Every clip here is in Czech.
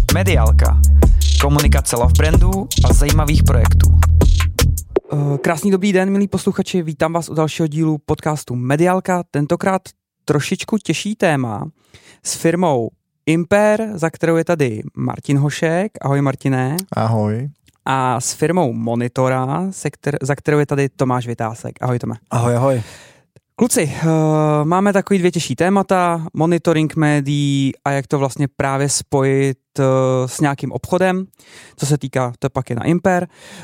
Mediálka. Komunikace love brandů a zajímavých projektů. Krásný dobrý den, milí posluchači, vítám vás u dalšího dílu podcastu Mediálka. Tentokrát trošičku těžší téma s firmou Imper, za kterou je tady Martin Hošek. Ahoj Martine. Ahoj. A s firmou Monitora, za kterou je tady Tomáš Vytásek. Ahoj Tome. Ahoj, ahoj. Kluci, máme takový dvě těžší témata, monitoring médií a jak to vlastně právě spojit s nějakým obchodem, co se týká, to pak je na Imper.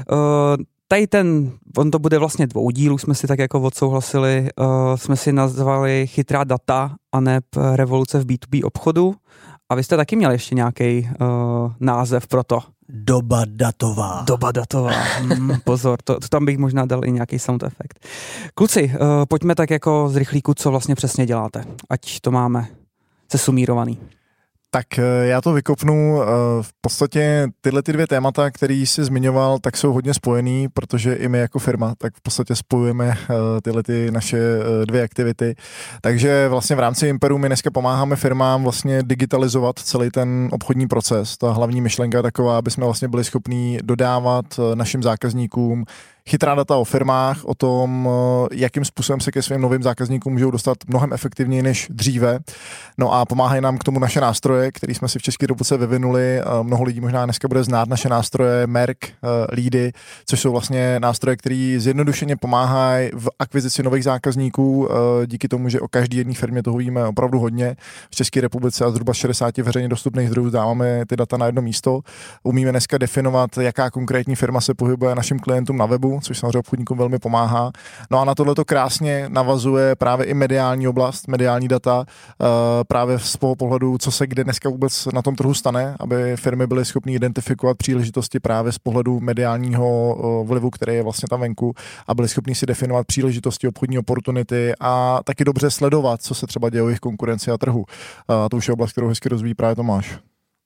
Tady on to bude vlastně dvoudíl, jsme si tak jako odsouhlasili, jsme si nazvali Chytrá data a neb revoluce v B2B obchodu. A vy jste taky měli ještě nějaký název pro to. Doba datová. Doba datová. Pozor, to tam bych možná dal i nějaký sound efekt. Kluci, pojďme tak jako z rychlíku, co vlastně přesně děláte, ať to máme sesumírovaný. Tak já to vykopnu. V podstatě tyhle ty dvě témata, který jsi zmiňoval, tak jsou hodně spojený, protože i my jako firma tak v podstatě spojujeme tyhle ty naše dvě aktivity. Takže vlastně v rámci Imperu my dneska pomáháme firmám vlastně digitalizovat celý ten obchodní proces. Ta hlavní myšlenka je taková, aby jsme vlastně byli schopní dodávat našim zákazníkům chytrá data o firmách, o tom, jakým způsobem se ke svým novým zákazníkům můžou dostat mnohem efektivněji než dříve. No a pomáhají nám k tomu naše nástroje, které jsme si v České republice vyvinuli. Mnoho lidí možná dneska bude znát naše nástroje Merk, Leady, což jsou vlastně nástroje, které zjednodušeně pomáhají v akvizici nových zákazníků, díky tomu, že o každý jedné firmě toho víme opravdu hodně. V České republice a zhruba 60 veřejně dostupných zdrojů dáváme ty data na jedno místo. Umíme dneska definovat, jaká konkrétní firma se pohybuje našim klientům na webu, což samozřejmě obchodníkům velmi pomáhá. No a na tohle to krásně navazuje právě i mediální oblast, mediální data, právě z toho pohledu, co se kde dneska vůbec na tom trhu stane, aby firmy byly schopny identifikovat příležitosti právě z pohledu mediálního vlivu, který je vlastně tam venku, a byly schopni si definovat příležitosti, obchodní oportunity a taky dobře sledovat, co se třeba děje o jejich konkurenci a trhu. To už je oblast, kterou hezky rozvíjí právě Tomáš.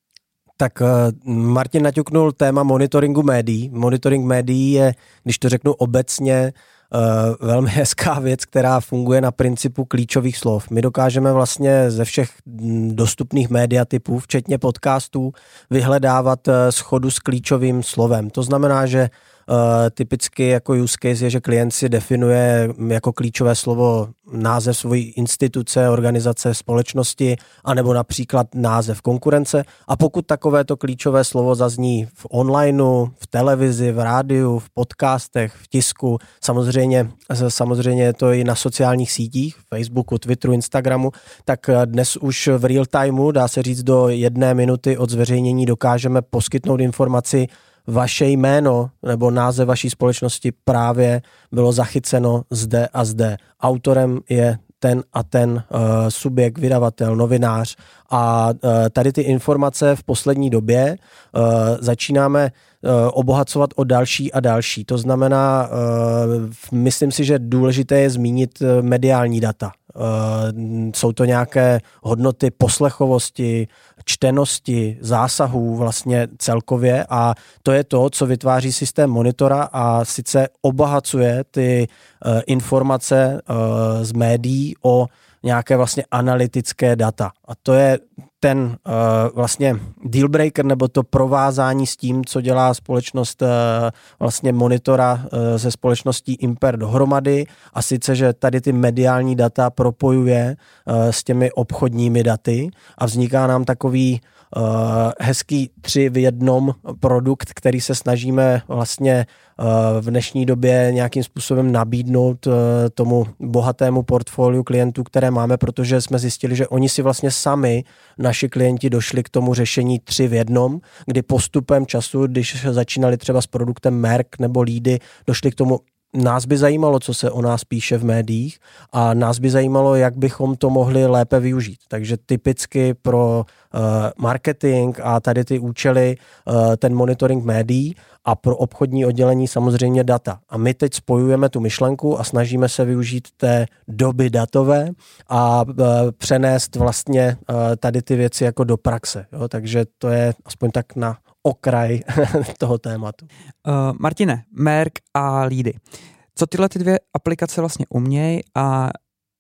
Tak Martin naťuknul téma monitoringu médií. Monitoring médií je, když to řeknu obecně, velmi hezká věc, která funguje na principu klíčových slov. My dokážeme vlastně ze všech dostupných médiatypů, včetně podcastů, vyhledávat shodu s klíčovým slovem. To znamená, že typicky jako use case je, že klient si definuje jako klíčové slovo název svojí instituce, organizace, společnosti, anebo například název konkurence. A pokud takovéto klíčové slovo zazní v onlineu, v televizi, v rádiu, v podcastech, v tisku, samozřejmě je to i na sociálních sítích, Facebooku, Twitteru, Instagramu, tak dnes už v real timeu, dá se říct do 1 minuty od zveřejnění, dokážeme poskytnout informaci: vaše jméno nebo název vaší společnosti právě bylo zachyceno zde a zde. Autorem je ten a ten subjekt, vydavatel, novinář. A tady ty informace v poslední době začínáme obohacovat o další a další. To znamená, myslím si, že důležité je zmínit mediální data. Jsou to nějaké hodnoty poslechovosti, čtenosti, zásahů vlastně celkově, a to je to, co vytváří systém Monitora, a sice obohacuje ty informace z médií o nějaké vlastně analytické data. A to je ten vlastně deal breaker, nebo to provázání s tím, co dělá společnost vlastně Monitora se společností Imper dohromady, a sice, že tady ty mediální data propojuje s těmi obchodními daty a vzniká nám takový hezký 3 v 1 produkt, který se snažíme vlastně v dnešní době nějakým způsobem nabídnout tomu bohatému portfoliu klientů, které máme, protože jsme zjistili, že oni si vlastně sami, naši klienti, došli k tomu řešení 3 v 1, kdy postupem času, když začínali třeba s produktem Merk nebo Leady, došli k tomu: nás by zajímalo, co se o nás píše v médiích, a nás by zajímalo, jak bychom to mohli lépe využít. Takže typicky pro marketing a tady ty účely ten monitoring médií, a pro obchodní oddělení samozřejmě data. A my teď spojujeme tu myšlenku a snažíme se využít té doby datové a přenést vlastně tady ty věci jako do praxe. Jo? Takže to je aspoň tak na okraj toho tématu. Martine, Merk a Leady. Co tyhle ty dvě aplikace vlastně umějí a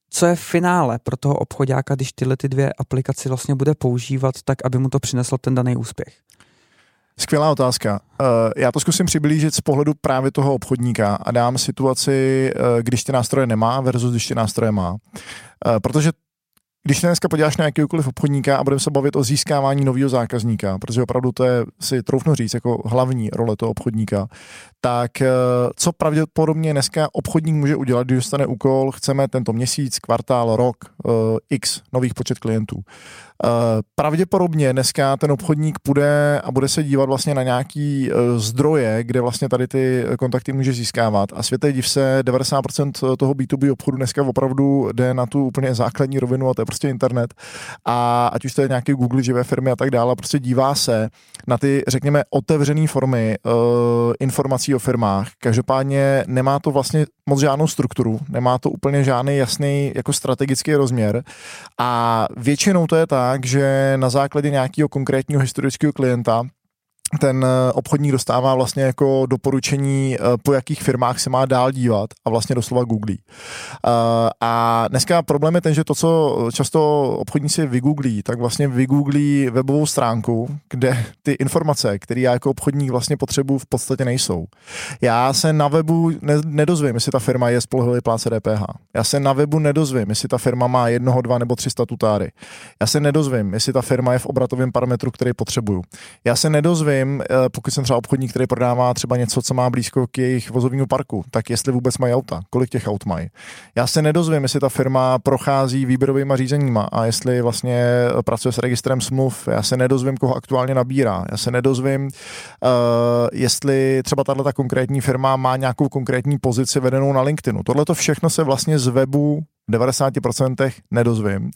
co je finále pro toho obchoďáka, když tyhle ty dvě aplikaci vlastně bude používat, tak aby mu to přineslo ten daný úspěch? Skvělá otázka. Já to zkusím přiblížit z pohledu právě toho obchodníka a dám situaci, když ty nástroje nemá versus když ty nástroje má. Protože když se dneska podíváš na jakýkoliv obchodníka a budeme se bavit o získávání nového zákazníka, protože opravdu to je, si troufnu říct, jako hlavní role toho obchodníka, tak co pravděpodobně dneska obchodník může udělat, když dostane úkol, chceme tento měsíc, kvartál, rok, x nových počet klientů. Pravděpodobně dneska ten obchodník půjde a bude se dívat vlastně na nějaký zdroje, kde vlastně tady ty kontakty může získávat. A světe div se, 90% toho B2B obchodu dneska opravdu jde na tu úplně základní rovinu a to je prostě internet. A ať už to je nějaký Google, živé firmy a tak dále, prostě dívá se na ty, řekněme, otevřené formy informací o firmách. Každopádně nemá to vlastně moc žádnou strukturu, nemá to úplně žádný jasný jako strategický rozměr a většinou to je tak, že na základě nějakého konkrétního historického klienta ten obchodník dostává vlastně jako doporučení, po jakých firmách se má dál dívat a vlastně doslova googlí. A dneska problém je ten, že to, co často obchodníci vygooglí, tak vlastně vygooglí webovou stránku, kde ty informace, které já jako obchodník vlastně potřebuji, v podstatě nejsou. Já se na webu nedozvím, jestli ta firma je spolehlivý plátce DPH. Já se na webu nedozvím, jestli ta firma má 1, 2 nebo 3 statutáry. Já se nedozvím, jestli ta firma je v obratovém parametru, který potřebuju. Já se nedozvím, pokud jsem třeba obchodník, který prodává třeba něco, co má blízko k jejich vozovnímu parku, tak jestli vůbec mají auta, kolik těch aut mají. Já se nedozvím, jestli ta firma prochází výběrovými řízeníma a jestli vlastně pracuje s registrem smluv. Já se nedozvím, koho aktuálně nabírá. Já se nedozvím, jestli třeba tato konkrétní firma má nějakou konkrétní pozici vedenou na LinkedInu. Tohle to všechno se vlastně z webu v 90% nedozvím.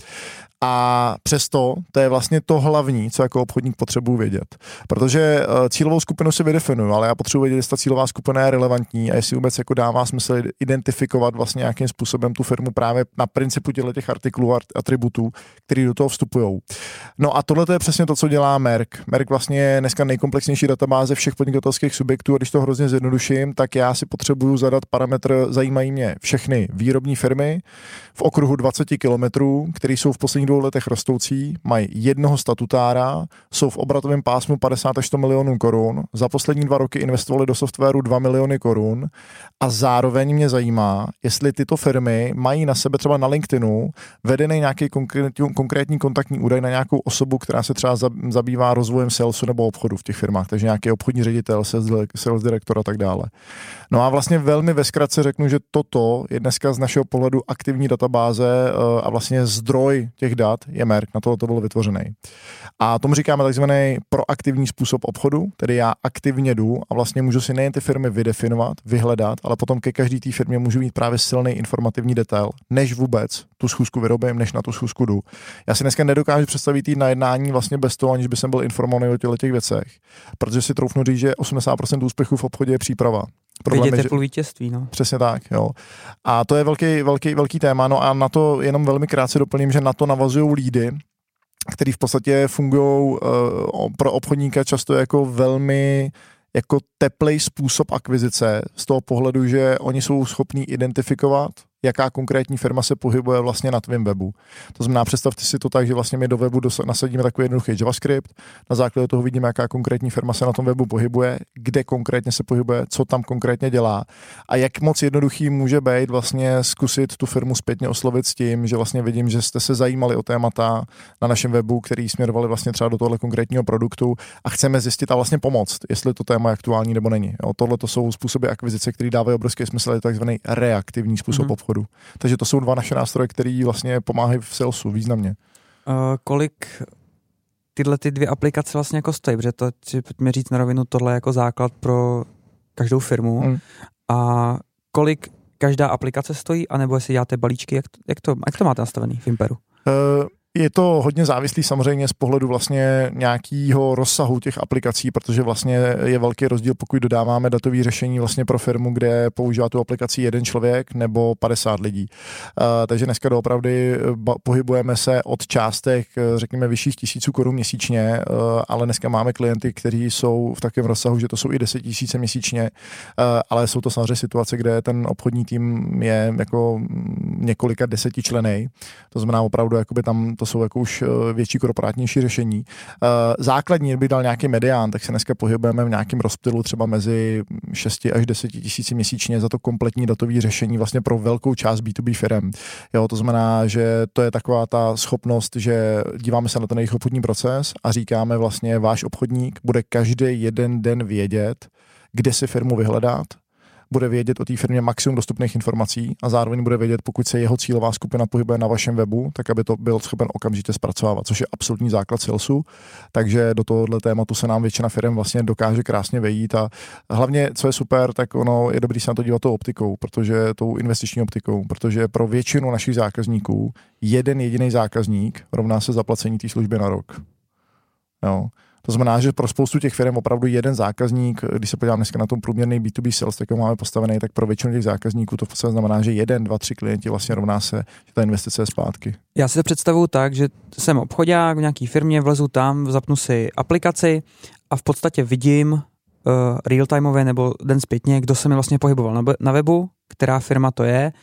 A přesto to je vlastně to hlavní, co jako obchodník potřebuji vědět. Protože cílovou skupinu si vydefinuju, ale já potřebuji vědět, jestli ta cílová skupina je relevantní a jestli vůbec jako dává smysl identifikovat vlastně nějakým způsobem tu firmu právě na principu těch artiklů a atributů, který do toho vstupují. No a tohle je přesně to, co dělá Merk. Merk vlastně je dneska nejkomplexnější databáze všech podnikatelských subjektů a když to hrozně zjednoduším, tak já si potřebuju zadat parametr, zajímají mě všechny výrobní firmy v okruhu 20 kilometrů, které jsou v posledních 2 letech rostoucí, mají jednoho statutára, jsou v obratovém pásmu 50 až 100 milionů korun, za poslední 2 roky investovali do softwaru 2 miliony korun a zároveň mě zajímá, jestli tyto firmy mají na sebe třeba na LinkedInu vedený nějaký konkrétní kontaktní údaj na nějakou osobu, která se třeba zabývá rozvojem salesu nebo obchodu v těch firmách, takže nějaký obchodní ředitel, sales direktor a tak dále. No a vlastně velmi ve zkratce řeknu, že toto je dneska z našeho pohledu aktivní databáze a vlastně zdroj těch dat je Merk, na to byl vytvořený. A tomu říkáme takzvaný proaktivní způsob obchodu, tedy já aktivně jdu a vlastně můžu si nejen ty firmy vydefinovat, vyhledat, ale potom ke každé té firmě můžu mít právě silný informativní detail, než vůbec tu schůzku vyrobím, než na tu schůzku jdu. Já si dneska nedokážu představit jít na jednání vlastně bez toho, aniž by jsem byl informovaný o těch věcech, protože si troufnu říct, že 80% úspěchů v obchodě je příprava. Vidět půl vítězství, no. Přesně tak, jo. A to je velký téma, no a na to jenom velmi krátce doplním, že na to navazují lídy, který v podstatě fungují pro obchodníka často jako velmi jako teplej způsob akvizice z toho pohledu, že oni jsou schopní identifikovat, jaká konkrétní firma se pohybuje vlastně na tvém webu. To znamená, představte si to tak, že vlastně my do webu nasadíme takový jednoduchý JavaScript, na základě toho vidíme, jaká konkrétní firma se na tom webu pohybuje, kde konkrétně se pohybuje, co tam konkrétně dělá a jak moc jednoduchý může být vlastně zkusit tu firmu zpětně oslovit s tím, že vlastně vidím, že jste se zajímali o témata na našem webu, který směrovali vlastně třeba do tohle konkrétního produktu a chceme zjistit a vlastně pomoct, jestli to téma je aktuální nebo není. Tohle to jsou způsoby akvizice, které dávají obrovský smysl, je takzvaný reaktivní způsob obchodu. Takže to jsou 2 naše nástroje, které vlastně pomáhají v salesu významně. Kolik tyhle ty 2 aplikace vlastně jako stojí? Protože to, pojďme říct na rovinu, tohle je jako základ pro každou firmu. A kolik každá aplikace stojí, anebo jestli děláte balíčky, jak to máte nastavený v Imperu? Je to hodně závislý samozřejmě z pohledu vlastně nějakého rozsahu těch aplikací, protože vlastně je velký rozdíl, pokud dodáváme datové řešení vlastně pro firmu, kde používá tu aplikaci jeden člověk nebo 50 lidí. Takže dneska doopravdy pohybujeme se od částek, řekněme, vyšších 1000 korun měsíčně, ale dneska máme klienty, kteří jsou v takovém rozsahu, že to jsou i 10 000 měsíčně, ale jsou to samozřejmě situace, kde ten obchodní tým je jako několika 10členný. To znamená opravdu, jakoby tam to jsou jako už větší korporátnější řešení. Základní, kdyby dal nějaký medián, tak se dneska pohybujeme v nějakém rozptylu třeba mezi 6 až 10 tisíci měsíčně za to kompletní datové řešení vlastně pro velkou část B2B firem. Jo, to znamená, že to je taková ta schopnost, že díváme se na ten jejich obchodní proces a říkáme vlastně, váš obchodník bude každý jeden den vědět, kde si firmu vyhledat, bude vědět o té firmě maximum dostupných informací a zároveň bude vědět, pokud se jeho cílová skupina pohybuje na vašem webu, tak aby to byl schopen okamžitě zpracovávat, což je absolutní základ salesu. Takže do tohohle tématu se nám většina firm vlastně dokáže krásně vejít a hlavně, co je super, tak ono je dobrý se na to dívat tou optikou, tou investiční optikou, protože pro většinu našich zákazníků jeden jediný zákazník rovná se zaplacení té služby na rok. Jo. To znamená, že pro spoustu těch firm opravdu jeden zákazník, když se podívám dneska na tom průměrný B2B sales, tak máme postavený, tak pro většinu těch zákazníků to v podstatě znamená, že 1, 2, 3 klienti vlastně rovná se, že ta investice je zpátky. Já si to představuju tak, že jsem obchodák v nějaký firmě, vlezu tam, zapnu si aplikaci a v podstatě vidím real-timeově nebo den zpětně, kdo se mi vlastně pohyboval na webu, která firma to je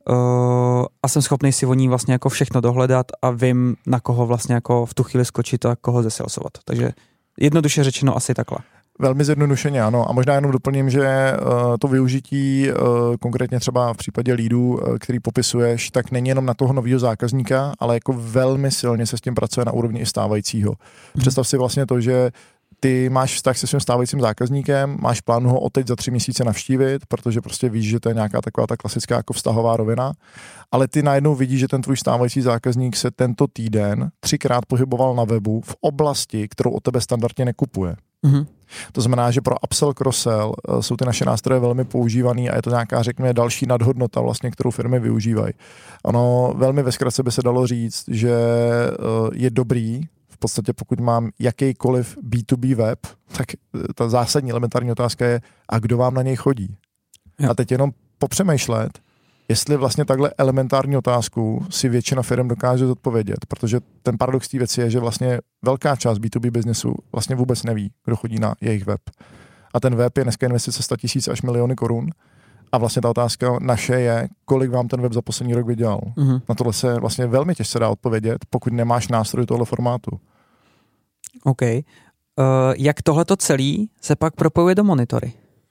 a jsem schopný si o ní vlastně jako všechno dohledat a vím, na koho vlastně jako v tu chvíli skočit a koho zesalesovat. Takže jednoduše řečeno asi takhle. Velmi zjednodušeně, ano. A možná jenom doplním, že to využití konkrétně třeba v případě leadů, který popisuješ, tak není jenom na toho nového zákazníka, ale jako velmi silně se s tím pracuje na úrovni i stávajícího. Představ si vlastně to, že ty máš vztah se svým stávajícím zákazníkem, máš plán ho odteď za 3 měsíce navštívit, protože prostě víš, že to je nějaká taková ta klasická jako vztahová rovina, ale ty najednou vidíš, že ten tvůj stávající zákazník se tento týden 3krát pohyboval na webu v oblasti, kterou od tebe standardně nekupuje. Mm-hmm. To znamená, že pro upsell, cross-sell jsou ty naše nástroje velmi používaný a je to nějaká, řekněme, další nadhodnota, vlastně, kterou firmy využívají. Ono velmi ve zkratce by se dalo říct, že je dobrý, v podstatě pokud mám jakýkoliv B2B web, tak ta zásadní elementární otázka je, a kdo vám na něj chodí? Jo. A teď jenom popřemýšlet, jestli vlastně takhle elementární otázku si většina firm dokáže zodpovědět, protože ten paradox té věci je, že vlastně velká část B2B biznesu vlastně vůbec neví, kdo chodí na jejich web. A ten web je dneska investice 100 000 až miliony korun. A vlastně ta otázka naše je, kolik vám ten web za poslední rok vydělal. Mm-hmm. Na tohle se vlastně velmi těžce dá odpovědět, pokud nemáš nástroj tohle formátu. OK. Jak tohleto celý se pak propojuje do Monitory?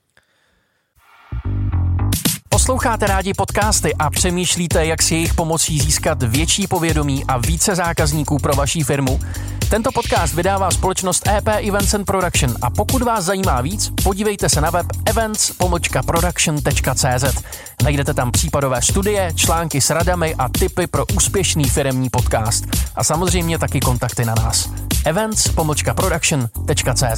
Posloucháte rádi podcasty a přemýšlíte, jak si jejich pomocí získat větší povědomí a více zákazníků pro vaší firmu? Tento podcast vydává společnost EP Events and Production a pokud vás zajímá víc, podívejte se na web events-production.cz. Najdete tam případové studie, články s radami a tipy pro úspěšný firemní podcast. A samozřejmě taky kontakty na nás. events-production.cz.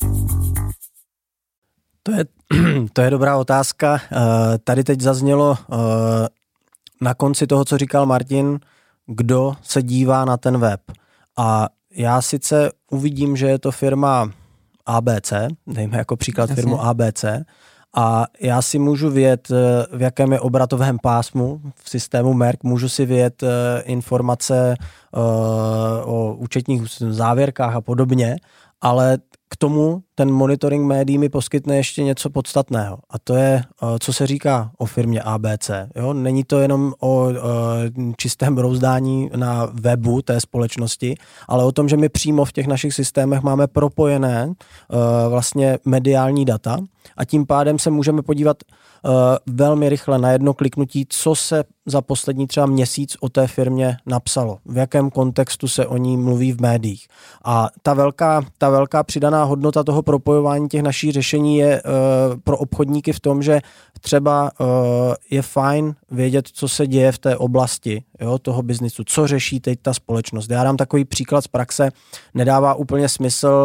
To je dobrá otázka. Tady teď zaznělo na konci toho, co říkal Martin, kdo se dívá na ten web. A já sice uvidím, že je to firma ABC, dejme jako příklad Jasně. firmu ABC, a já si můžu vědět, v jakém je obratovém pásmu v systému Merck, můžu si vědět informace o účetních závěrkách a podobně, ale k tomu ten monitoring médií mi poskytne ještě něco podstatného. A to je, co se říká o firmě ABC. Jo? Není to jenom o čistém brouzdání na webu té společnosti, ale o tom, že my přímo v těch našich systémech máme propojené vlastně mediální data a tím pádem se můžeme podívat velmi rychle na jedno kliknutí, co se za poslední třeba měsíc o té firmě napsalo, v jakém kontextu se o ní mluví v médiích. A ta velká přidaná hodnota toho propojování těch našich řešení je pro obchodníky v tom, že třeba je fajn vědět, co se děje v té oblasti. jo, toho biznisu, co řeší teď ta společnost. Já dám takový příklad z praxe, nedává úplně smysl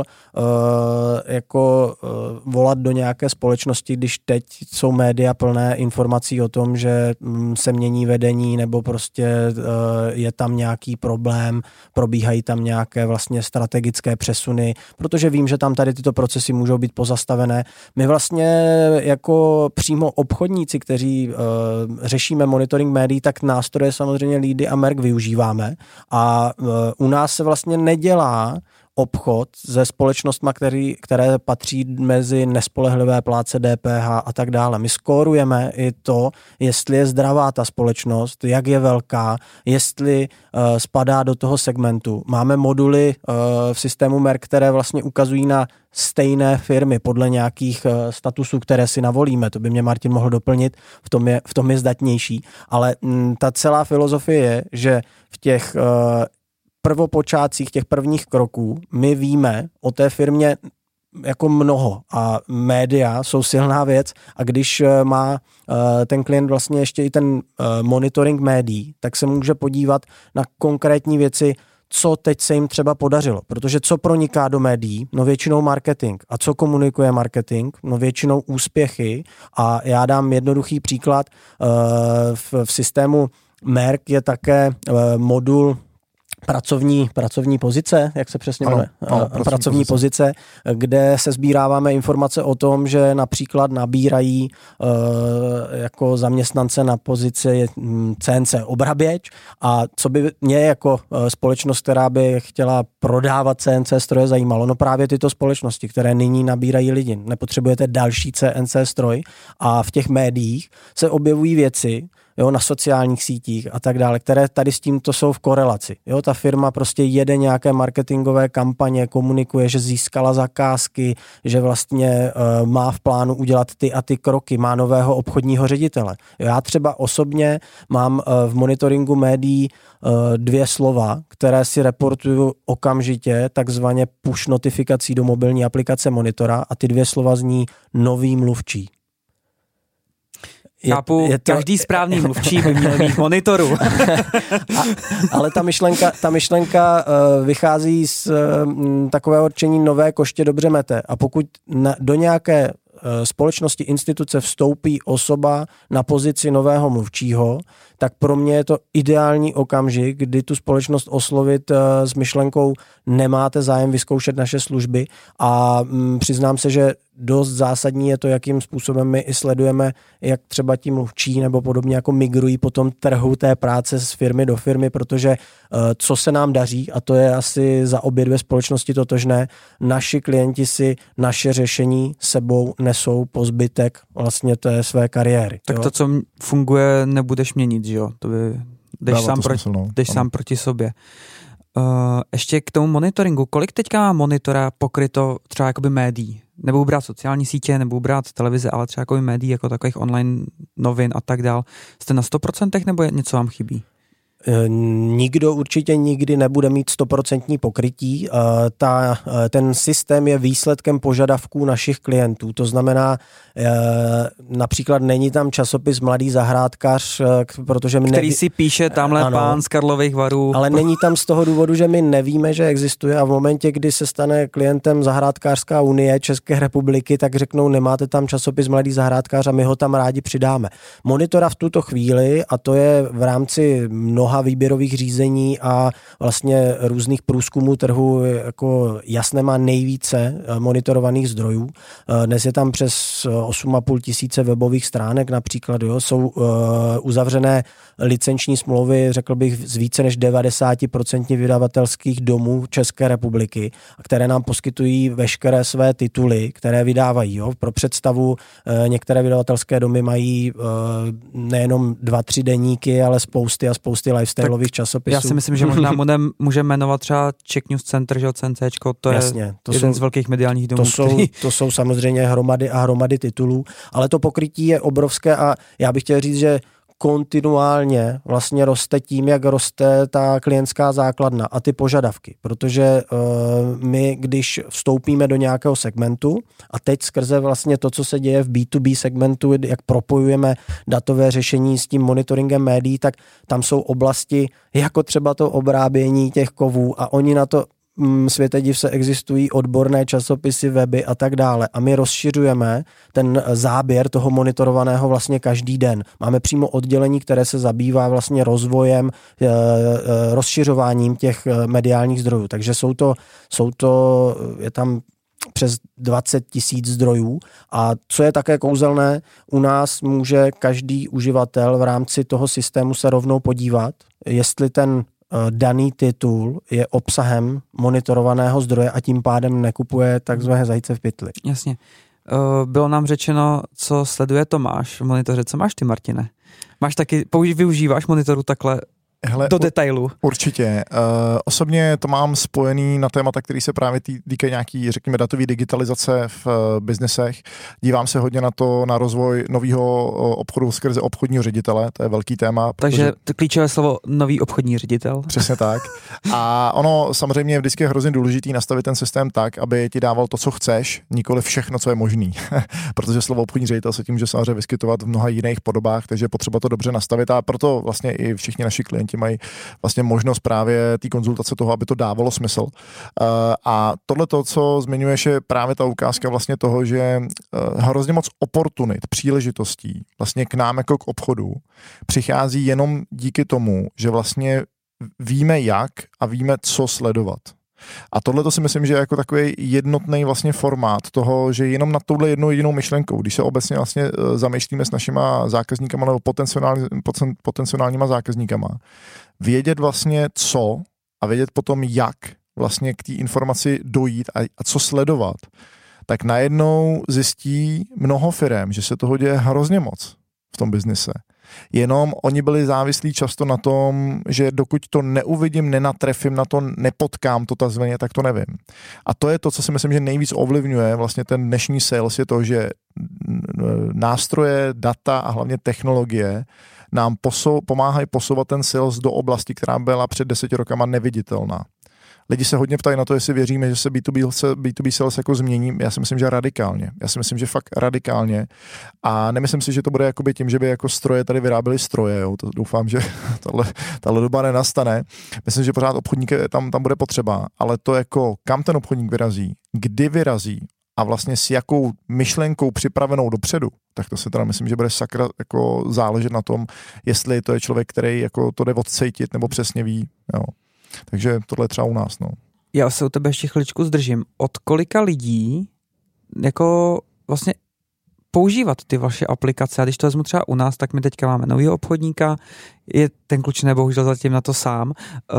volat do nějaké společnosti, když teď jsou média plné informací o tom, že se mění vedení nebo prostě je tam nějaký problém, probíhají tam nějaké vlastně strategické přesuny, protože vím, že tam tady tyto procesy můžou být pozastavené. My vlastně jako přímo obchodníci, kteří řešíme monitoring médií, tak nástroje samozřejmě Leady a Merck využíváme a u nás se vlastně nedělá obchod se společnostmi, které patří mezi nespolehlivé plátce DPH a tak dále. My skórujeme i to, jestli je zdravá ta společnost, jak je velká, jestli spadá do toho segmentu. Máme moduly v systému Merck, které vlastně ukazují na stejné firmy podle nějakých statusů, které si navolíme. To by mě Martin mohl doplnit, v tom je zdatnější. Ale ta celá filozofie je, že v těch prvopočátcích těch prvních kroků my víme o té firmě jako mnoho a média jsou silná věc a když má ten klient vlastně ještě i ten monitoring médií, tak se může podívat na konkrétní věci, co teď se jim třeba podařilo. Protože co proniká do médií? No většinou marketing. A co komunikuje marketing? No většinou úspěchy. A já dám jednoduchý příklad. V systému Merck je také modul pracovní pozice, jak se přesně jmenuje? Pracovní pozice, kde se sbíráváme informace o tom, že například nabírají jako zaměstnance na pozici CNC obraběč a co by mě jako společnost, která by chtěla prodávat CNC stroje zajímalo, no právě tyto společnosti, které nyní nabírají lidi. Nepotřebujete další CNC stroj a v těch médiích se objevují věci, jo, na sociálních sítích a tak dále, které tady s tímto jsou v korelaci. Jo, ta firma prostě jede nějaké marketingové kampaně, komunikuje, že získala zakázky, že vlastně má v plánu udělat ty a ty kroky, má nového obchodního ředitele. Já třeba osobně mám v monitoringu médií 2 slova, které si reportuju okamžitě, takzvaně push notifikací do mobilní aplikace Monitora a ty 2 slova zní nový mluvčí. Chápu, každý správný mluvčí by měl mít monitoru. Ale ta myšlenka vychází z takového určení nové koště dobře mete. A pokud do nějaké společnosti, instituce vstoupí osoba na pozici nového mluvčího, tak pro mě je to ideální okamžik, kdy tu společnost oslovit s myšlenkou nemáte zájem vyzkoušet naše služby a přiznám se, že dost zásadní je to, jakým způsobem my i sledujeme, jak třeba ti mluvčí nebo podobně jako migrují po tom trhu té práce z firmy do firmy, protože co se nám daří, a to je asi za obě 2 společnosti totožné, naši klienti si naše řešení sebou nesou po zbytek vlastně té své kariéry. Tak to, co funguje, nebudeš měnit, že jo? To by jdeš sám proti sobě. Ještě k tomu monitoringu. Kolik teďka má Monitora pokryto třeba jakoby médií? Nebudu brát sociální sítě, nebudu brát televize, ale třeba jakoby médií, jako takových online novin a tak dál. Jste na 100% nebo něco vám chybí? Nikdo určitě nikdy nebude mít 100% pokrytí. Ten systém je výsledkem požadavků našich klientů. To znamená, například není tam časopis Mladý zahrádkář, protože který si píše tamhle pán z Karlových Varů. Ale není tam z toho důvodu, že my nevíme, že existuje a v momentě, kdy se stane klientem Zahrádkářská unie České republiky, tak řeknou, nemáte tam časopis Mladý zahrádkář a my ho tam rádi přidáme. Monitora v tuto chvíli, a to je v rámci mnoha výběrových řízení a vlastně různých průzkumů trhu, jako jasné má nejvíce monitorovaných zdrojů. Dnes je tam přes 8,5 tisíce webových stránek například, jo, jsou uzavřené licenční smlouvy, řekl bych, z více než 90% vydavatelských domů České republiky, které nám poskytují veškeré své tituly, které vydávají. Jo. Pro představu, některé vydavatelské domy mají nejenom 2-3 deníky, ale spousty lifestyleových časopisů. Já si myslím, že možná můžeme jmenovat třeba Czech News Center, že CNCčko, to jasně, je jeden z velkých mediálních domů. To jsou samozřejmě hromady a hromady titulů, ale to pokrytí je obrovské a já bych chtěl říct, že kontinuálně vlastně roste tím, jak roste ta klientská základna a ty požadavky, protože my, když vstoupíme do nějakého segmentu a teď skrze vlastně to, co se děje v B2B segmentu, jak propojujeme datové řešení s tím monitoringem médií, tak tam jsou oblasti jako třeba to obrábění těch kovů a oni na to světe div se existují odborné časopisy, weby a tak dále. A my rozšiřujeme ten záběr toho monitorovaného vlastně každý den. Máme přímo oddělení, které se zabývá vlastně rozvojem, rozšiřováním těch mediálních zdrojů. Takže je tam přes 20 000 zdrojů a co je také kouzelné, u nás může každý uživatel v rámci toho systému se rovnou podívat, jestli ten daný titul je obsahem monitorovaného zdroje a tím pádem nekupuje takzvané zajíce v pytli. Jasně. Bylo nám řečeno, co sleduje Tomáš v monitoře. Co máš ty, Martine? Máš taky, využíváš monitoru takhle do detailu? Určitě. Osobně to mám spojený na témata, který se právě týkají nějaký, řekněme, datový digitalizace v biznesech. Dívám se hodně na to, na rozvoj nového obchodu skrze obchodního ředitele, to je velký téma. Takže klíčové slovo nový obchodní ředitel. Přesně tak. A ono samozřejmě je vždycky hrozně důležitý nastavit ten systém tak, aby ti dával to, co chceš, nikoli všechno, co je možný. Protože slovo obchodní ředitel se tím může samozřejmě vyskytovat v mnoha jiných podobách, takže je potřeba to dobře nastavit a proto vlastně i všichni naši klienti mají vlastně možnost právě té konzultace toho, aby to dávalo smysl. A tohleto, co zmiňuješ, je právě ta ukázka vlastně toho, že hrozně moc oportunit, příležitostí vlastně k nám jako k obchodu přichází jenom díky tomu, že vlastně víme jak a víme, co sledovat. A tohle to si myslím, že je jako takový jednotný vlastně formát toho, že jenom na touhle jednou jedinou myšlenkou, když se obecně vlastně zamýšlíme s našima zákazníkama nebo potenciálníma zákazníkama, vědět vlastně co a vědět potom jak vlastně k té informaci dojít a co sledovat, tak najednou zjistí mnoho firem, že se toho děje hrozně moc v tom biznise. Jenom oni byli závislí často na tom, že dokud to neuvidím, nenatrefím na to, nepotkám to takzvaně, tak to nevím. A to je to, co si myslím, že nejvíc ovlivňuje vlastně ten dnešní sales, je to, že nástroje, data a hlavně technologie nám pomáhají posouvat ten sales do oblasti, která byla před 10 rokama neviditelná. Lidi se hodně ptají na to, jestli věříme, že se B2B sales jako změní. Já si myslím, že radikálně. Já si myslím, že fakt radikálně. A nemyslím si, že to bude jakoby tím, že by jako stroje tady vyráběly stroje. Jo. To doufám, že tahle doba nenastane. Myslím, že pořád obchodník tam bude potřeba. Ale to jako kam ten obchodník vyrazí, kdy vyrazí a vlastně s jakou myšlenkou připravenou dopředu, tak to se teda myslím, že bude sakra jako záležet na tom, jestli to je člověk, který jako to jde odcejtit nebo přesně ví. Jo. Takže tohle je třeba u nás, no. Já se u tebe ještě chviličku zdržím. Od kolika lidí jako vlastně používat ty vaše aplikace? A když to vezmu třeba u nás, tak my teďka máme novýho obchodníka, je ten kluč bohužel zatím na to sám.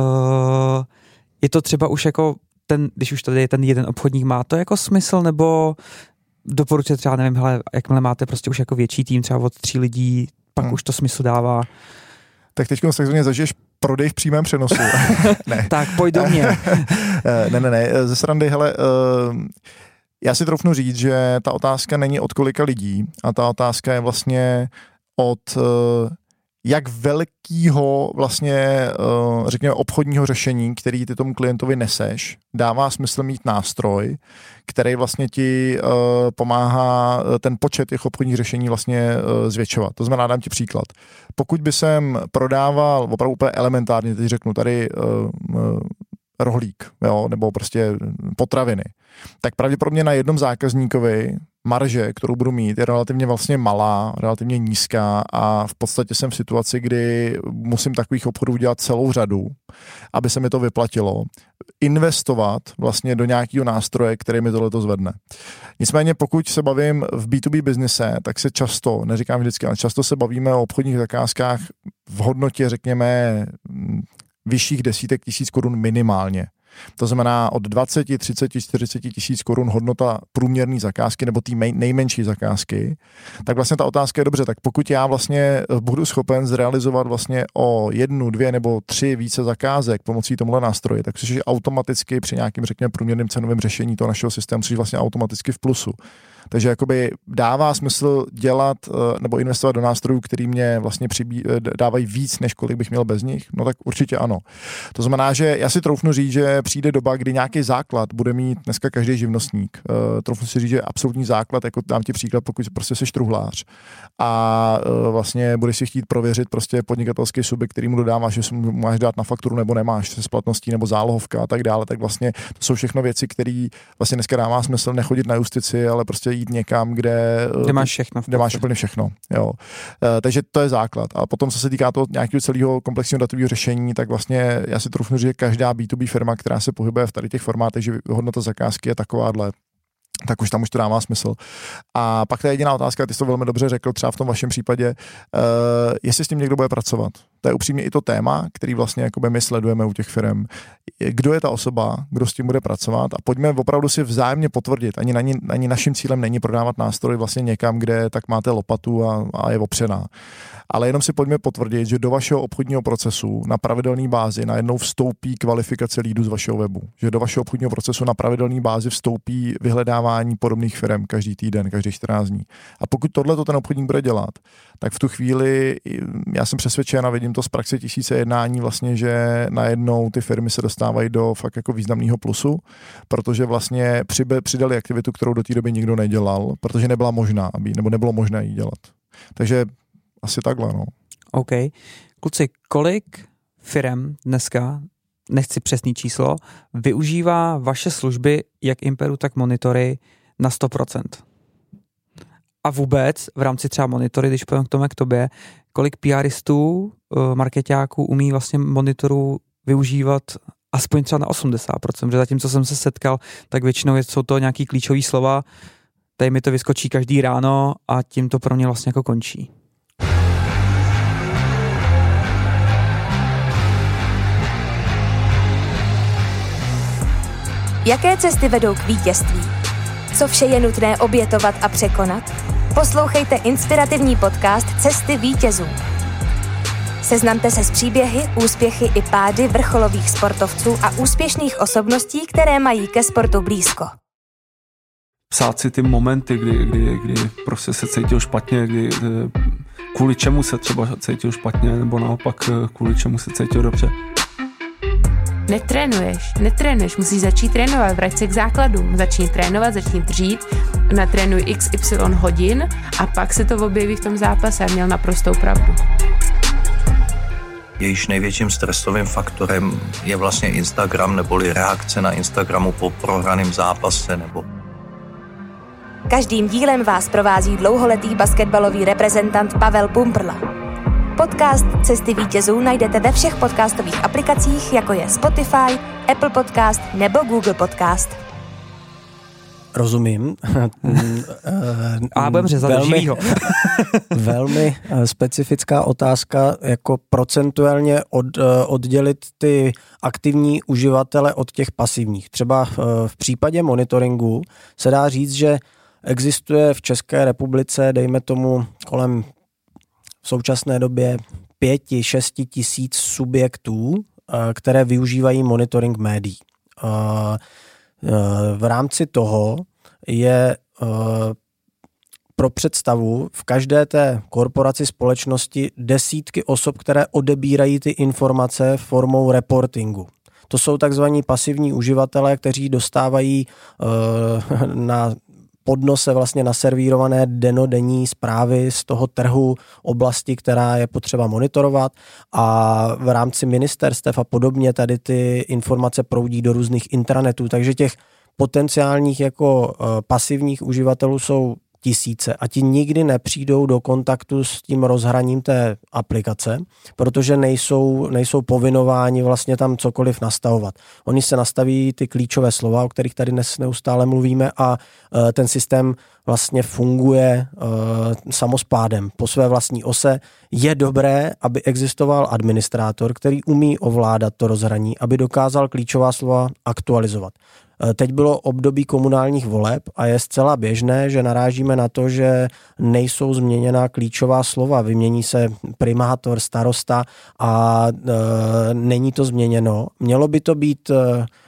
Je to třeba už jako když už tady je ten jeden obchodník, má to jako smysl, nebo doporučuje třeba, nevím, hele, jakmile máte prostě už jako větší tým, třeba od 3 lidí, pak už to smysl dává. Tak teď takzvaně zažiješ prodej v přímém přenosu. Ne. Tak, pojď do mě. Ne, ze srandy, hele, já si troufnu říct, že ta otázka není od kolika lidí a ta otázka je vlastně od jak velkýho vlastně, řekněme, obchodního řešení, který ty tomu klientovi neseš, dává smysl mít nástroj, který vlastně ti pomáhá ten počet těch obchodních řešení vlastně zvětšovat. To znamená, dám ti příklad. Pokud by jsem prodával opravdu úplně elementárně, teď řeknu tady rohlík, jo, nebo prostě potraviny, tak pravděpodobně na jednom zákazníkovi marže, kterou budu mít, je relativně vlastně malá, relativně nízká a v podstatě jsem v situaci, kdy musím takových obchodů udělat celou řadu, aby se mi to vyplatilo, investovat vlastně do nějakého nástroje, který mi tohleto zvedne. Nicméně pokud se bavím v B2B biznise, tak se často, neříkám vždycky, ale často se bavíme o obchodních zakázkách v hodnotě, řekněme, vyšších desítek tisíc korun minimálně. To znamená od 20, 30, 40 tisíc korun hodnota průměrné zakázky nebo té nejmenší zakázky, tak vlastně ta otázka je dobře, tak pokud já vlastně budu schopen zrealizovat vlastně o 1, 2 nebo 3 více zakázek pomocí tomuhle nástroje, tak což je automaticky při nějakým, řekněme, průměrným cenovém řešení toho našeho systému, což je vlastně automaticky v plusu. Takže jakoby dává smysl dělat nebo investovat do nástrojů, který mě vlastně dávají víc, než kolik bych měl bez nich? No tak určitě ano. To znamená, že já si troufnu říct, že přijde doba, kdy nějaký základ bude mít dneska každý živnostník. Troufnu si říct, že absolutní základ, jako dám ti příklad, pokud prostě jsi truhlář a vlastně budeš si chtít prověřit prostě podnikatelský subjekt, který mu dodáváš, že mu máš dát na fakturu nebo nemáš se splatností nebo zálohovka a tak dále, tak vlastně to jsou všechno věci, které vlastně dneska dává smysl nechodit na justici, ale prostě jít někam, kde máš všechno. Kde máš úplně všechno. Jo. Takže to je základ. A potom, co se týká toho nějakého celého komplexního datového řešení, tak vlastně já si troufnu říct, že každá B2B firma, která se pohybuje v tady těch formátech, že hodnota zakázky je takováhle, tak už tam to dává smysl. A pak ta jediná otázka, ty jsi to velmi dobře řekl, třeba v tom vašem případě, jestli s tím někdo bude pracovat. To je upřímně i to téma, který vlastně jakoby my sledujeme u těch firm. Kdo je ta osoba, kdo s tím bude pracovat a pojďme opravdu si vzájemně potvrdit. Ani naším cílem není prodávat nástroj vlastně někam, kde tak máte lopatu a je opřená. Ale jenom si pojďme potvrdit, že do vašeho obchodního procesu na pravidelné bázi najednou vstoupí kvalifikace lídů z vašeho webu. Že do vašeho obchodního procesu na pravidelné bázi vstoupí vyhledávání podobných firm každý týden, každých 14 dní. A pokud tohle ten obchodník bude dělat, tak v tu chvíli já jsem přesvědčen a vidím to z praxe tisíce jednání vlastně, že najednou ty firmy se dostávají do fakt jako významného plusu, protože vlastně přidali aktivitu, kterou do té doby nikdo nedělal, protože nebyla možná, nebo nebylo možné ji dělat. Takže asi takhle, no. OK. Kluci, kolik firem dneska, nechci přesný číslo, využívá vaše služby, jak Imperu, tak Monitory na 100%? A vůbec v rámci třeba Monitory, když půjdeme k tomu, jak tobě, kolik PRistů, marketáků umí vlastně Monitoru využívat aspoň třeba na 80%, protože zatím, co jsem se setkal, tak většinou jsou to nějaký klíčové slova, tady mi to vyskočí každý ráno a tím to pro mě vlastně jako končí. Jaké cesty vedou k vítězství? Co vše je nutné obětovat a překonat? Poslouchejte inspirativní podcast Cesty vítězů. Seznamte se s příběhy, úspěchy i pády vrcholových sportovců a úspěšných osobností, které mají ke sportu blízko. Psát si ty momenty, kdy prostě se cítil špatně, kvůli čemu se třeba cítil špatně, nebo naopak kvůli čemu se cítil dobře. Netrénuješ, musíš začít trénovat, vrať se k základům, začni trénovat, začni dřít, natrénuj XY hodin a pak se to objeví v tom zápase a měl naprostou pravdu. Jejíž největším stresovým faktorem je vlastně Instagram neboli reakce na Instagramu po prohraném zápase nebo Každým dílem vás provází dlouholetý basketbalový reprezentant Pavel Pumprla. Podcast Cesty vítězů najdete ve všech podcastových aplikacích, jako je Spotify, Apple Podcast nebo Google Podcast. Rozumím. A budeme řezat živýho. Velmi specifická otázka, jako procentuálně oddělit ty aktivní uživatele od těch pasivních. Třeba v případě monitoringu se dá říct, že existuje v České republice, dejme tomu kolem v současné době 5-6 tisíc subjektů, které využívají monitoring médií. V rámci toho je pro představu v každé té korporaci společnosti desítky osob, které odebírají ty informace formou reportingu. To jsou takzvaní pasivní uživatelé, kteří dostávají na podnose vlastně naservírované denodenní zprávy z toho trhu oblasti, která je potřeba monitorovat, a v rámci ministerstev a podobně tady ty informace proudí do různých intranetů, takže těch potenciálních jako pasivních uživatelů jsou tisíce a ti nikdy nepřijdou do kontaktu s tím rozhraním té aplikace, protože nejsou povinováni vlastně tam cokoliv nastavovat. Oni se nastaví ty klíčové slova, o kterých tady dnes neustále mluvíme, a ten systém vlastně funguje samospádem po své vlastní ose. Je dobré, aby existoval administrátor, který umí ovládat to rozhraní, aby dokázal klíčová slova aktualizovat. Teď bylo období komunálních voleb a je zcela běžné, že narážíme na to, že nejsou změněná klíčová slova. Vymění se primátor, starosta a není to změněno. Mělo by to být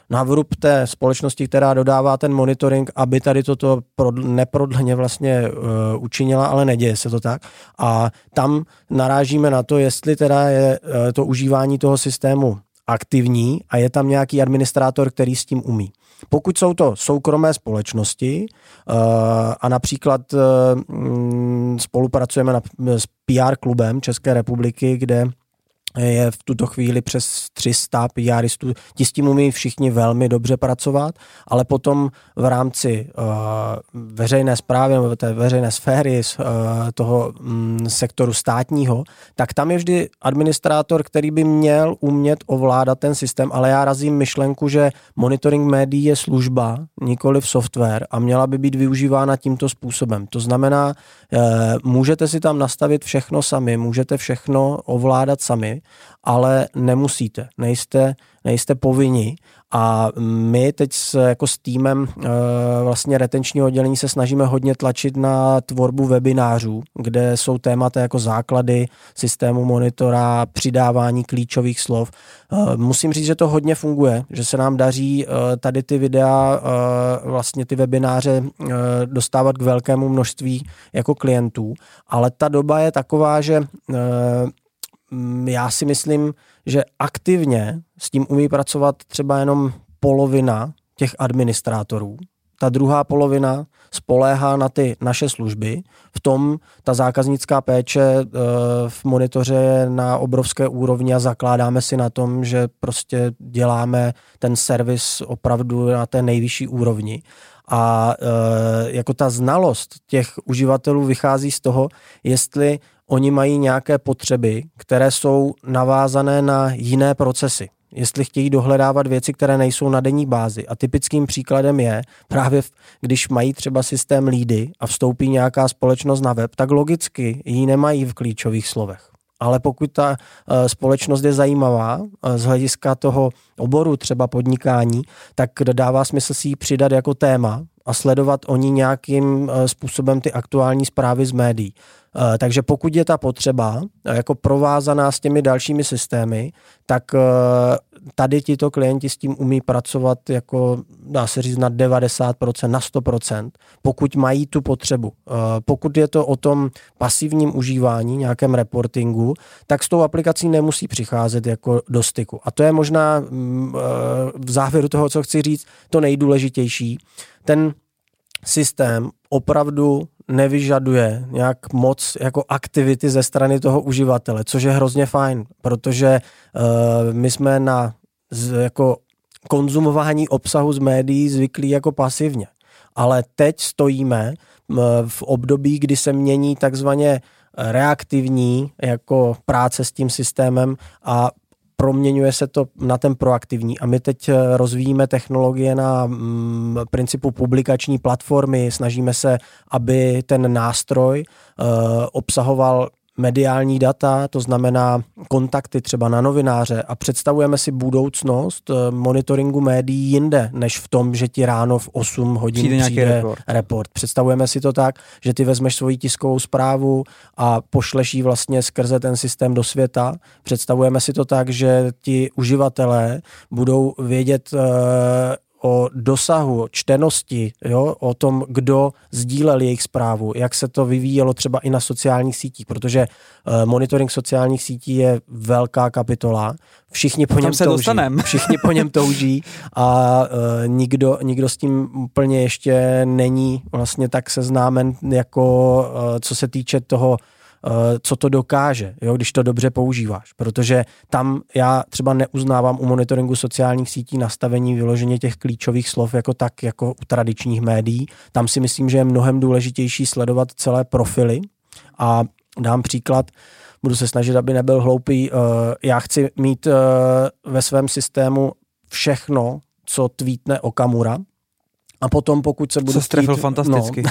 na vrub té společnosti, která dodává ten monitoring, aby tady toto neprodleně vlastně učinila, ale neděje se to tak. A tam narážíme na to, jestli teda je to užívání toho systému aktivní a je tam nějaký administrátor, který s tím umí. Pokud jsou to soukromé společnosti a například spolupracujeme s PR klubem České republiky, kde je v tuto chvíli přes 300 PRistů, ti s tím umí všichni velmi dobře pracovat, ale potom v rámci veřejné správy nebo té veřejné sféry toho sektoru státního, tak tam je vždy administrátor, který by měl umět ovládat ten systém, ale já razím myšlenku, že monitoring médií je služba, nikoliv software a měla by být využívána tímto způsobem. To znamená, můžete si tam nastavit všechno sami, můžete všechno ovládat sami, ale nemusíte, nejste povinni. A my teď jako s týmem vlastně retenčního oddělení se snažíme hodně tlačit na tvorbu webinářů, kde jsou témata jako základy systému monitora, přidávání klíčových slov. Musím říct, že to hodně funguje, že se nám daří tady ty videa, vlastně ty webináře dostávat k velkému množství jako klientů, ale ta doba je taková, že já si myslím, že aktivně s tím umí pracovat třeba jenom polovina těch administrátorů. Ta druhá polovina spoléhá na ty naše služby. V tom ta zákaznická péče v monitoře je na obrovské úrovni a zakládáme si na tom, že prostě děláme ten servis opravdu na té nejvyšší úrovni. A jako ta znalost těch uživatelů vychází z toho, jestli oni mají nějaké potřeby, které jsou navázané na jiné procesy. Jestli chtějí dohledávat věci, které nejsou na denní bázi. A typickým příkladem je právě, když mají třeba systém lídy a vstoupí nějaká společnost na web, tak logicky ji nemají v klíčových slovech. Ale pokud ta společnost je zajímavá z hlediska toho oboru třeba podnikání, tak dává smysl si ji přidat jako téma a sledovat o ní nějakým způsobem ty aktuální zprávy z médií. Takže pokud je ta potřeba jako provázaná s těmi dalšími systémy, tak tady tito klienti s tím umí pracovat jako, dá se říct, na 90%, na 100%, pokud mají tu potřebu. Pokud je to o tom pasivním užívání, nějakém reportingu, tak s tou aplikací nemusí přicházet jako do styku. A to je možná v závěru toho, co chci říct, to nejdůležitější. Ten systém opravdu nevyžaduje nějak moc jako aktivity ze strany toho uživatele, což je hrozně fajn, protože my jsme na jako konzumování obsahu z médií zvyklí jako pasivně. Ale teď stojíme v období, kdy se mění takzvaně reaktivní jako práce s tím systémem a proměňuje se to na ten proaktivní a my teď rozvíjíme technologie na principu publikační platformy, snažíme se, aby ten nástroj obsahoval mediální data, to znamená kontakty třeba na novináře a představujeme si budoucnost monitoringu médií jinde, než v tom, že ti ráno v 8 hodin přijde report. Představujeme si to tak, že ty vezmeš svoji tiskovou zprávu a pošleš ji vlastně skrze ten systém do světa. Představujeme si to tak, že ti uživatelé budou vědět o dosahu, čtenosti, jo, o tom, kdo sdílel jejich zprávu, jak se to vyvíjelo třeba i na sociálních sítích, protože monitoring sociálních sítí je velká kapitola. Všichni po něm touží a nikdo s tím úplně ještě není vlastně tak seznámen, jako co se týče toho, co to dokáže, jo, když to dobře používáš. Protože tam já třeba neuznávám u monitoringu sociálních sítí nastavení vyloženě těch klíčových slov jako tak, jako u tradičních médií. Tam si myslím, že je mnohem důležitější sledovat celé profily a dám příklad, budu se snažit, aby nebyl hloupý. Já chci mít ve svém systému všechno, co tweetne Okamura. A potom, pokud se budu chtít, fantasticky.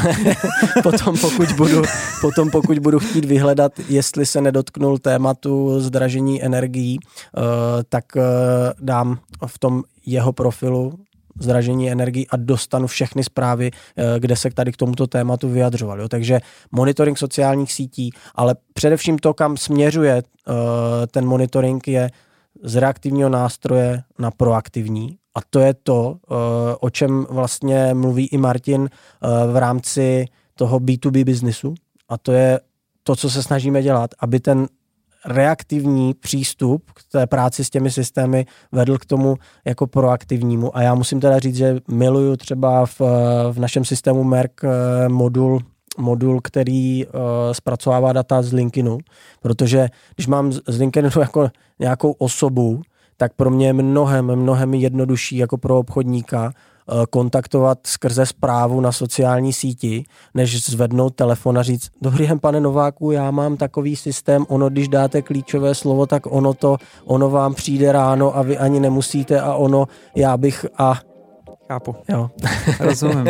Pokud budu chtít vyhledat, jestli se nedotknul tématu zdražení energií, tak dám v tom jeho profilu zdražení energií a dostanu všechny zprávy, kde se tady k tomuto tématu vyjadřoval. Jo. Takže monitoring sociálních sítí, ale především to, kam směřuje ten monitoring, je z reaktivního nástroje na proaktivní A to je to, o čem vlastně mluví i Martin v rámci toho B2B biznisu. A to je to, co se snažíme dělat, aby ten reaktivní přístup k té práci s těmi systémy vedl k tomu jako proaktivnímu. A já musím teda říct, že miluju třeba v našem systému Merck modul, který zpracovává data z LinkedInu, protože když mám z LinkedInu jako nějakou osobu, tak pro mě je mnohem jednodušší jako pro obchodníka kontaktovat skrze zprávu na sociální síti, než zvednout telefon a říct, dobrý den, pane Nováku, já mám takový systém, ono, když dáte klíčové slovo, tak ono vám přijde ráno a vy ani nemusíte a já bych Chápu. Jo. Rozumím.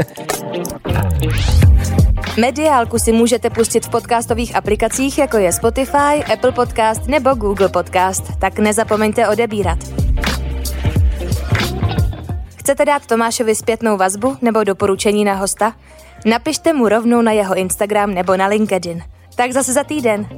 Mediálku si můžete pustit v podcastových aplikacích, jako je Spotify, Apple Podcast nebo Google Podcast, tak nezapomeňte odebírat. Chcete dát Tomášovi zpětnou vazbu nebo doporučení na hosta? Napište mu rovnou na jeho Instagram nebo na LinkedIn. Tak zase za týden.